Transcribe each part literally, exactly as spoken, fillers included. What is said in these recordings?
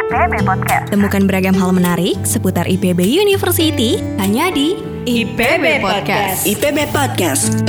P B Podcast. Temukan beragam hal menarik seputar I P B University hanya di I P B Podcast. I P B Podcast.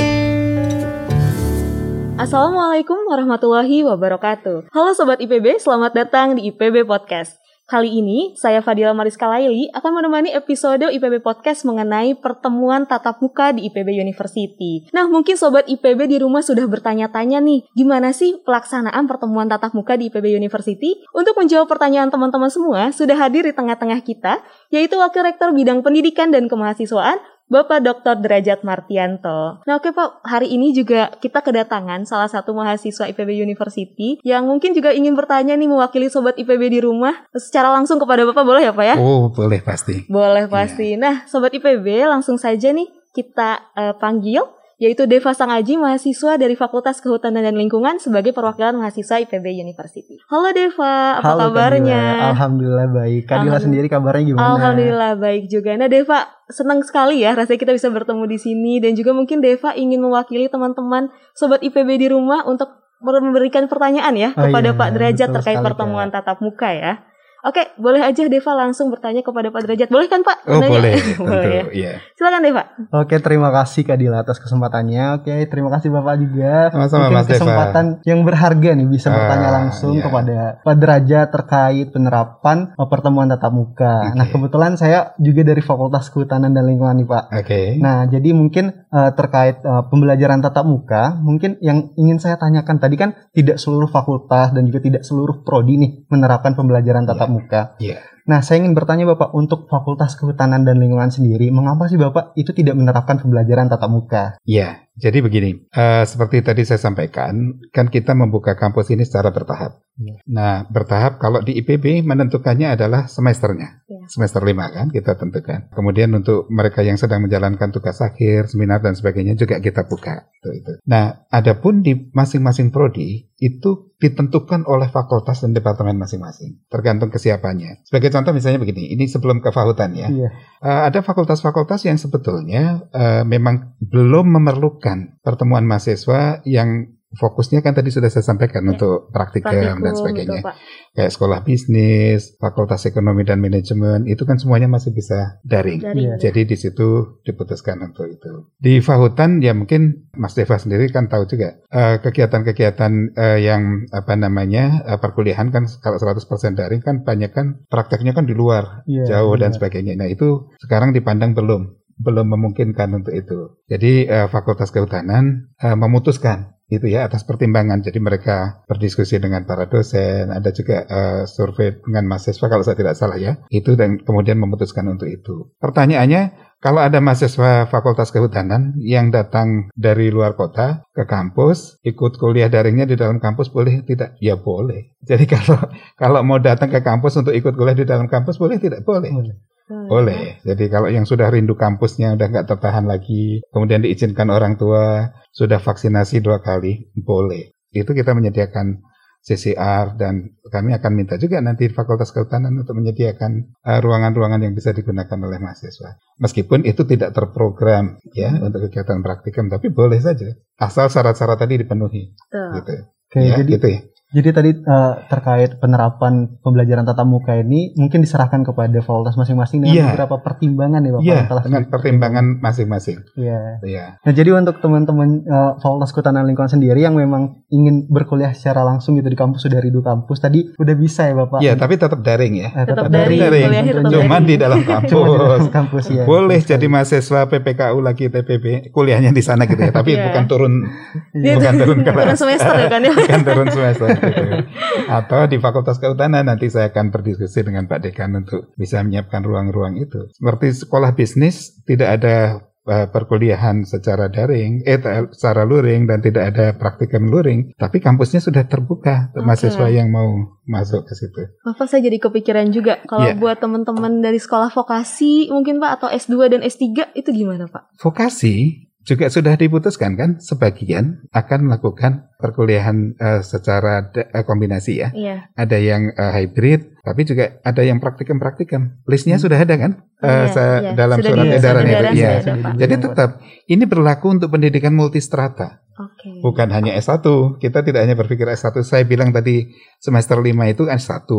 Assalamualaikum warahmatullahi wabarakatuh. Halo Sobat I P B, selamat datang di I P B Podcast. Kali ini, saya Fadila Mariska Laili akan menemani episode I P B Podcast mengenai pertemuan tatap muka di I P B University. Nah, mungkin Sobat I P B di rumah sudah bertanya-tanya nih, gimana sih pelaksanaan pertemuan tatap muka di I P B University? Untuk menjawab pertanyaan teman-teman semua, sudah hadir di tengah-tengah kita, yaitu Wakil Rektor Bidang Pendidikan dan Kemahasiswaan, Bapak Doktor Derajat Martianto. Nah oke Pak, hari ini juga kita kedatangan salah satu mahasiswa I P B University yang mungkin juga ingin bertanya nih mewakili Sobat I P B di rumah secara langsung kepada Bapak, boleh ya Pak ya? Oh boleh pasti. Boleh pasti. Yeah. Nah Sobat I P B langsung saja nih kita uh, panggil, yaitu Deva Sangaji, mahasiswa dari Fakultas Kehutanan dan Lingkungan sebagai perwakilan mahasiswa I P B University. Halo Deva, apa Halo, kabarnya? Kadila. Alhamdulillah baik. Kadila sendiri kabarnya gimana? Alhamdulillah baik juga. Nah Deva, senang sekali ya rasanya kita bisa bertemu di sini, dan juga mungkin Deva ingin mewakili teman-teman Sobat I P B di rumah untuk memberikan pertanyaan ya oh, kepada iya, Pak Derajat terkait pertemuan ya. tatap muka ya. Oke, boleh aja Deva langsung bertanya kepada Pak Derajat. Boleh kan Pak? Oh Nanya? boleh, boleh ya. Iya. Silakan Deva. Oke, terima kasih Kak Dila atas kesempatannya. Oke, terima kasih Bapak juga. Sama-sama, Mungkin Mas kesempatan Deva. yang berharga nih bisa uh, bertanya langsung iya. kepada Pak Derajat terkait penerapan pertemuan tatap muka. Okay. Nah, kebetulan saya juga dari Fakultas Kehutanan dan Lingkungan nih Pak. Oke. Okay. Nah, jadi mungkin uh, terkait uh, pembelajaran tatap muka, mungkin yang ingin saya tanyakan tadi kan tidak seluruh fakultas dan juga tidak seluruh prodi nih menerapkan pembelajaran tatap yeah. muka. Iya. Yeah. Nah, saya ingin bertanya Bapak, untuk Fakultas Kehutanan dan Lingkungan sendiri, mengapa sih Bapak itu tidak menerapkan pembelajaran tatap muka? Iya, jadi begini, uh, seperti tadi saya sampaikan, kan kita membuka kampus ini secara bertahap. Ya. Nah, bertahap kalau di I P B menentukannya adalah semesternya. Ya. Semester lima kan kita tentukan. Kemudian untuk mereka yang sedang menjalankan tugas akhir, seminar dan sebagainya juga kita buka. Itu, itu. Nah, adapun di masing-masing prodi, itu ditentukan oleh fakultas dan departemen masing-masing, tergantung kesiapannya. Sebagai contoh misalnya begini, ini sebelum ke fakultan ya, iya. uh, ada fakultas-fakultas yang sebetulnya uh, memang belum memerlukan pertemuan mahasiswa yang fokusnya kan tadi sudah saya sampaikan ya. Untuk praktikum, praktikum dan sebagainya. Gitu, kayak sekolah bisnis, fakultas ekonomi dan manajemen, itu kan semuanya masih bisa daring. daring. Jadi di situ diputuskan untuk itu. Di Fahutan ya mungkin Mas Deva sendiri kan tahu juga uh, kegiatan-kegiatan uh, yang apa namanya uh, perkuliahan kan kalau seratus persen daring kan banyak kan prakteknya kan di luar, ya, jauh ya. dan sebagainya. Nah itu sekarang dipandang belum belum memungkinkan untuk itu. Jadi uh, Fakultas Kehutanan uh, memutuskan itu ya atas pertimbangan. Jadi mereka berdiskusi dengan para dosen, ada juga uh, survei dengan mahasiswa kalau saya tidak salah ya. Itu dan kemudian memutuskan untuk itu. Pertanyaannya, kalau ada mahasiswa Fakultas Kehutanan yang datang dari luar kota ke kampus, ikut kuliah daringnya di dalam kampus boleh tidak? Ya boleh. Jadi kalau kalau mau datang ke kampus untuk ikut kuliah di dalam kampus boleh tidak? Boleh. Boleh. Boleh. Jadi kalau yang sudah rindu kampusnya udah nggak tertahan lagi, kemudian diizinkan orang tua, sudah vaksinasi dua kali, boleh. Itu kita menyediakan C C R dan kami akan minta juga nanti Fakultas Kehutanan untuk menyediakan uh, ruangan-ruangan yang bisa digunakan oleh mahasiswa. Meskipun itu tidak terprogram ya untuk kegiatan praktikum, tapi boleh saja asal syarat-syarat tadi dipenuhi. Tuh. Gitu. Oke, ya, jadi gitu ya. Jadi tadi uh, terkait penerapan pembelajaran tatap muka ini mungkin diserahkan kepada fakultas masing-masing dengan yeah. beberapa pertimbangan ya Bapak. Iya, yeah, dengan pertimbangan masing-masing. Iya. Yeah. Yeah. Nah, jadi untuk teman-teman uh, Fakultas Kehutanan Lingkungan sendiri yang memang ingin berkuliah secara langsung gitu di kampus, sudah rindu kampus, tadi udah bisa ya Bapak? Iya, yeah, tapi tetap daring ya. Eh, tetap, tetap daring. daring. daring. Cuma di dalam kampus. Cuma di dalam kampus ya. Boleh jadi mahasiswa P P K U lagi T P B, kuliahnya di sana gitu ya, tapi yeah. bukan turun yeah. bukan turun kelas. Turun semester ya kan ya. Bukan turun semester gitu. Atau di Fakultas Kehutanan nanti saya akan berdiskusi dengan Pak Dekan untuk bisa menyiapkan ruang-ruang itu. Seperti sekolah bisnis tidak ada uh, perkuliahan secara daring, eh secara luring dan tidak ada praktikum luring, tapi kampusnya sudah terbuka untuk okay. mahasiswa yang mau masuk ke situ. Bapak saya jadi kepikiran juga kalau yeah. buat teman-teman dari sekolah vokasi mungkin Pak atau S dua dan S tiga itu gimana Pak? Vokasi juga sudah diputuskan kan, sebagian akan melakukan perkuliahan uh, secara de- uh, kombinasi ya. Iya. Ada yang uh, hybrid, tapi juga ada yang praktikum-praktikum. Listnya hmm. sudah ada kan? Uh, iya, se- iya. dalam sudah surat di, edaran itu. Iya. Jadi ada, tetap ini berlaku untuk pendidikan multistrata. Okay. Bukan hanya S satu. Kita tidak hanya berpikir S satu. Saya bilang tadi semester lima itu S satu.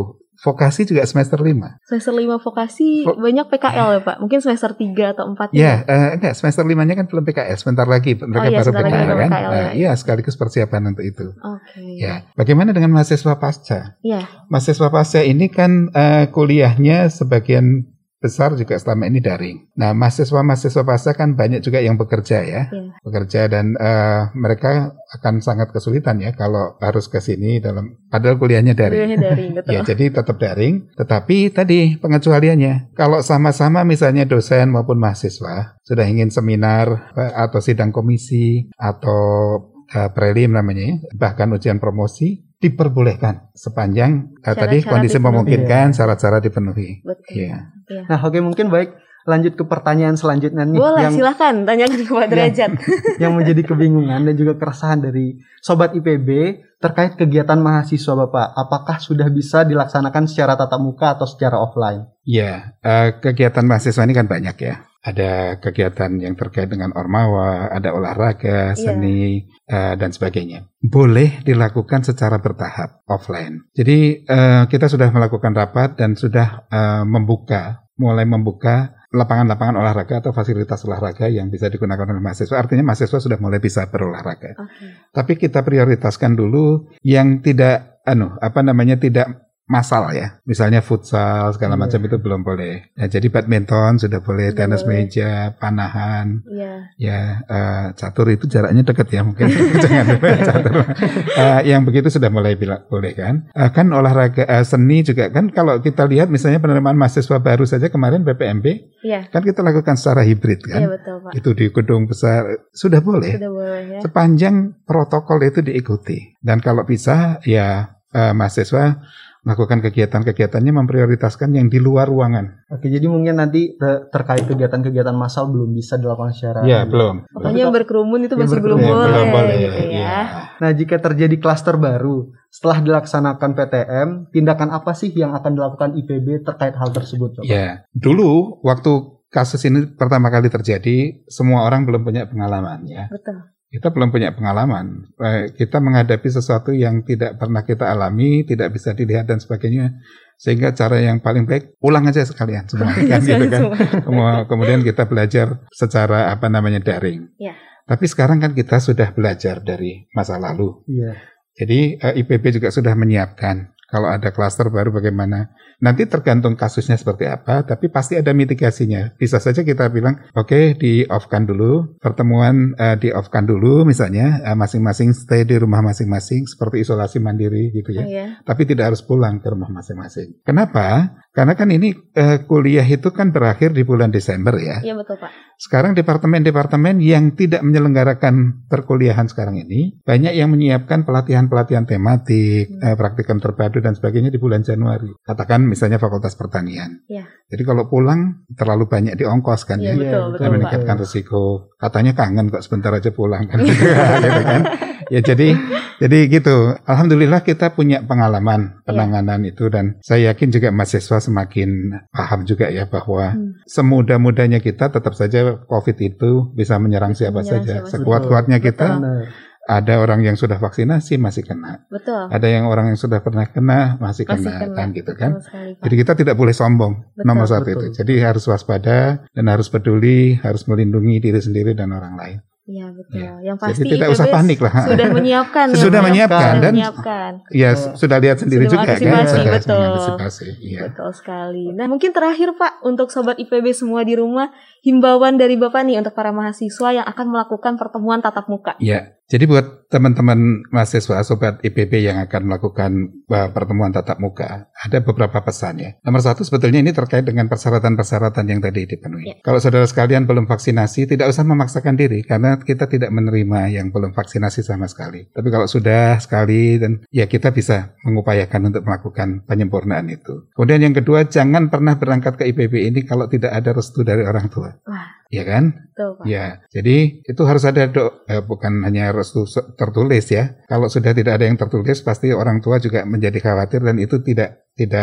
vokasi juga semester lima. Semester lima vokasi Vo- banyak P K L ya Pak? Mungkin semester tiga atau empat. Ya, uh, enggak, semester limanya kan belum P K L, sebentar lagi mereka oh, iya, baru P K L kan. P K L, uh, ya. Iya, sekaligus persiapan untuk itu. Oke. Okay. Ya, bagaimana dengan mahasiswa pasca? Iya. Mahasiswa pasca ini kan uh, kuliahnya sebagian besar juga selama ini daring. Nah, mahasiswa-mahasiswa pasca kan banyak juga yang bekerja ya, yeah. bekerja dan uh, mereka akan sangat kesulitan ya kalau harus ke sini dalam padahal kuliahnya daring. Kuliahnya daring, betul. Ya, jadi tetap daring. Tetapi tadi pengecualiannya, kalau sama-sama misalnya dosen maupun mahasiswa sudah ingin seminar atau sidang komisi atau uh, prelim namanya, bahkan ujian promosi, diperbolehkan sepanjang uh, tadi kondisi dipenuhi. Memungkinkan syarat-syarat dipenuhi. Betul. Ya. Ya. Nah, oke, mungkin baik lanjut ke pertanyaan selanjutnya nih. Boleh, yang, silakan tanyakan ke Pak Derajat. Yang, yang menjadi kebingungan dan juga keresahan dari Sobat I P B terkait kegiatan mahasiswa Bapak. Apakah sudah bisa dilaksanakan secara tatap muka atau secara offline? Ya, uh, kegiatan mahasiswa ini kan banyak ya. Ada kegiatan yang terkait dengan ormawa, ada olahraga, seni, yeah. uh, dan sebagainya. Boleh dilakukan secara bertahap, offline. Jadi uh, kita sudah melakukan rapat dan sudah uh, membuka, mulai membuka lapangan-lapangan olahraga atau fasilitas olahraga yang bisa digunakan oleh mahasiswa. Artinya mahasiswa sudah mulai bisa berolahraga. Okay. Tapi kita prioritaskan dulu yang tidak, anu, apa namanya, tidak massal ya, misalnya futsal segala macam yeah. itu belum boleh. Ya, jadi badminton sudah boleh, sudah tenis boleh. Meja, panahan, yeah. ya uh, catur itu jaraknya dekat ya mungkin, jangan catur. Uh, yang begitu sudah mulai bila, boleh kan? Uh, kan olahraga uh, seni juga kan kalau kita lihat misalnya penerimaan mahasiswa baru saja kemarin B P M B, yeah. kan kita lakukan secara hibrid kan? Yeah, betul, Pak. Itu di gedung besar sudah boleh. Sudah boleh ya. Sepanjang protokol itu diikuti dan kalau bisa ya uh, mahasiswa melakukan kegiatan-kegiatannya memprioritaskan yang di luar ruangan. Oke, jadi mungkin nanti ter- terkait kegiatan-kegiatan massal belum bisa dilakukan secara ya, belum. Pokoknya yang berkerumun itu masih belum ya, boleh. Belum boleh gitu ya. ya. Nah, jika terjadi klaster baru setelah dilaksanakan P T M, tindakan apa sih yang akan dilakukan I P B terkait hal tersebut? Coba? Ya, dulu waktu kasus ini pertama kali terjadi, semua orang belum punya pengalaman ya. Betul. Kita belum punya pengalaman. Kita menghadapi sesuatu yang tidak pernah kita alami, tidak bisa dilihat dan sebagainya. Sehingga cara yang paling baik ulang aja sekalian semua kan gitu kan. Kemudian kita belajar secara apa namanya daring. Ya. Tapi sekarang kan kita sudah belajar dari masa lalu. Ya. Jadi I P B juga sudah menyiapkan kalau ada klaster baru bagaimana. Nanti tergantung kasusnya seperti apa, tapi pasti ada mitigasinya. Bisa saja kita bilang, oke okay, di-off-kan dulu, pertemuan uh, di-off-kan dulu misalnya, uh, masing-masing stay di rumah masing-masing, seperti isolasi mandiri gitu ya. Oh, yeah. Tapi tidak harus pulang ke rumah masing-masing. Kenapa? Karena kan ini uh, kuliah itu kan berakhir di bulan Desember ya. Iya betul Pak. Sekarang departemen-departemen yang tidak menyelenggarakan perkuliahan sekarang ini, banyak yang menyiapkan pelatihan-pelatihan tematik, hmm. uh, praktikum terpadu dan sebagainya di bulan Januari. Katakan misalnya Fakultas Pertanian. Ya. Jadi kalau pulang terlalu banyak di ongkos kan ya, ya, betul, dan meningkatkan risiko. Katanya kangen kok sebentar aja pulang kan, gitu kan. Ya jadi jadi gitu. Alhamdulillah kita punya pengalaman penanganan ya. Itu dan saya yakin juga mahasiswa semakin paham juga ya bahwa hmm. semudah-mudahnya kita tetap saja COVID itu bisa menyerang siapa menyerang saja. Siapa Sekuat-kuatnya kita. Betul. Ada orang yang sudah vaksinasi masih kena. Betul. Ada yang orang yang sudah pernah kena masih, masih kena, kena kan gitu kan. Sekali, jadi kita tidak boleh sombong. Betul, nomor satu betul. Itu. Jadi harus waspada dan harus peduli, harus melindungi diri sendiri dan orang lain. Iya betul. Ya. Yang pasti jadi tidak usah panik lah. Sudah menyiapkan. Sudah ya, menyiapkan dan menyiapkan. Ya sudah lihat sendiri sudah juga kan. Sudah betul. Ya. Betul sekali. Nah mungkin terakhir Pak untuk sobat I P B semua di rumah, himbauan dari Bapak nih untuk para mahasiswa yang akan melakukan pertemuan tatap muka. Ya. Jadi buat teman-teman mahasiswa sobat I P B yang akan melakukan uh, pertemuan tatap muka, ada beberapa pesan ya. Nomor satu sebetulnya ini terkait dengan persyaratan-persyaratan yang tadi dipenuhi. Ya. Kalau saudara sekalian belum vaksinasi, tidak usah memaksakan diri karena kita tidak menerima yang belum vaksinasi sama sekali. Tapi kalau sudah sekali dan ya kita bisa mengupayakan untuk melakukan penyempurnaan itu. Kemudian yang kedua, jangan pernah berangkat ke I P B ini kalau tidak ada restu dari orang tua. Wah. Ya kan? Betul, Pak. Ya, jadi itu harus ada do, eh, bukan hanya restu tertulis ya. Kalau sudah tidak ada yang tertulis, pasti orang tua juga menjadi khawatir dan itu tidak tidak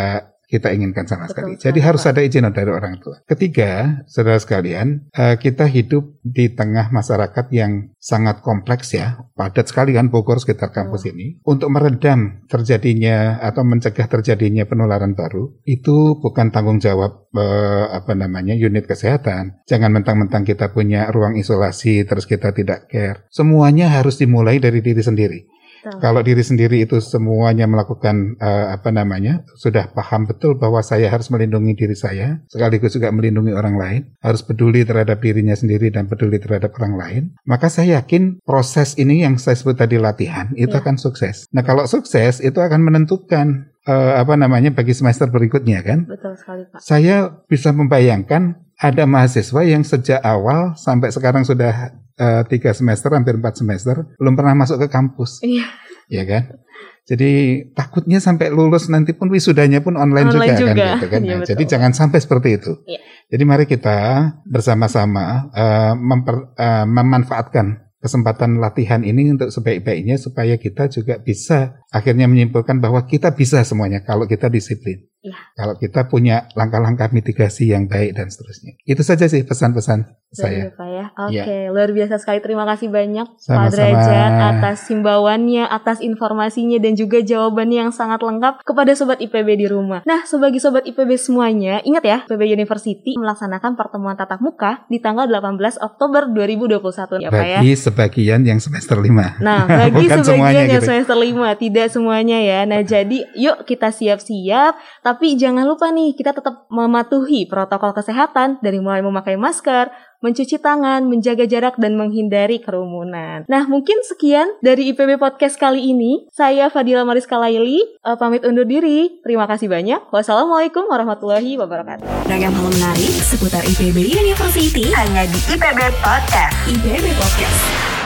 kita inginkan sama Betul sekali. sekali, Jadi harus Pak. ada izin dari orang tua. Ketiga, saudara sekalian, uh, kita hidup di tengah masyarakat yang sangat kompleks ya, padat sekali kan Bogor sekitar kampus Oh. ini. Untuk meredam terjadinya atau mencegah terjadinya penularan baru, itu bukan tanggung jawab uh, apa namanya unit kesehatan. Jangan mentang-mentang kita punya ruang isolasi terus kita tidak care. Semuanya harus dimulai dari diri sendiri. Betul. Kalau diri sendiri itu semuanya melakukan uh, apa namanya sudah paham betul bahwa saya harus melindungi diri saya, sekaligus juga melindungi orang lain, harus peduli terhadap dirinya sendiri dan peduli terhadap orang lain, maka saya yakin proses ini yang saya sebut tadi latihan itu Ya. akan sukses. Nah kalau sukses itu akan menentukan uh, apa namanya bagi semester berikutnya kan. Betul sekali, Pak. Saya bisa membayangkan ada mahasiswa yang sejak awal sampai sekarang sudah uh, tiga semester, hampir empat semester, belum pernah masuk ke kampus. Iya. Ya kan? Jadi takutnya sampai lulus nanti pun wisudanya pun online, Online juga, juga. kan gitu kan. Iya, Nah, betul. jadi jangan sampai seperti itu. Iya. Jadi mari kita bersama-sama uh, memper, uh, memanfaatkan kesempatan latihan ini untuk sebaik-baiknya supaya kita juga bisa akhirnya menyimpulkan bahwa kita bisa semuanya kalau kita disiplin. Ya. Kalau kita punya langkah-langkah mitigasi yang baik dan seterusnya. Itu saja sih pesan-pesan saya. Dari Pak ya. Oke, luar biasa sekali. Terima kasih banyak Pak Sama-sama. Derajat atas himbauannya, atas informasinya dan juga jawabannya yang sangat lengkap kepada Sobat I P B di rumah. Nah, sebagai Sobat I P B semuanya, ingat ya, I P B University melaksanakan pertemuan tatap muka di tanggal delapan belas Oktober dua ribu dua puluh satu ya Pak ya. Bagi sebagian yang semester lima. Nah, bagi Bukan semuanya sebagian yang gitu. semester lima, tidak semuanya ya. Nah, jadi yuk kita siap-siap, tapi jangan lupa nih, kita tetap mematuhi protokol kesehatan dari mulai memakai masker, mencuci tangan, menjaga jarak, dan menghindari kerumunan. Nah, mungkin sekian dari I P B Podcast kali ini. Saya Fadila Mariska Laili, uh, pamit undur diri. Terima kasih banyak. Wassalamualaikum warahmatullahi wabarakatuh. Ragam hal menarik seputar I P B University hanya di I P B Podcast. I P B Podcast.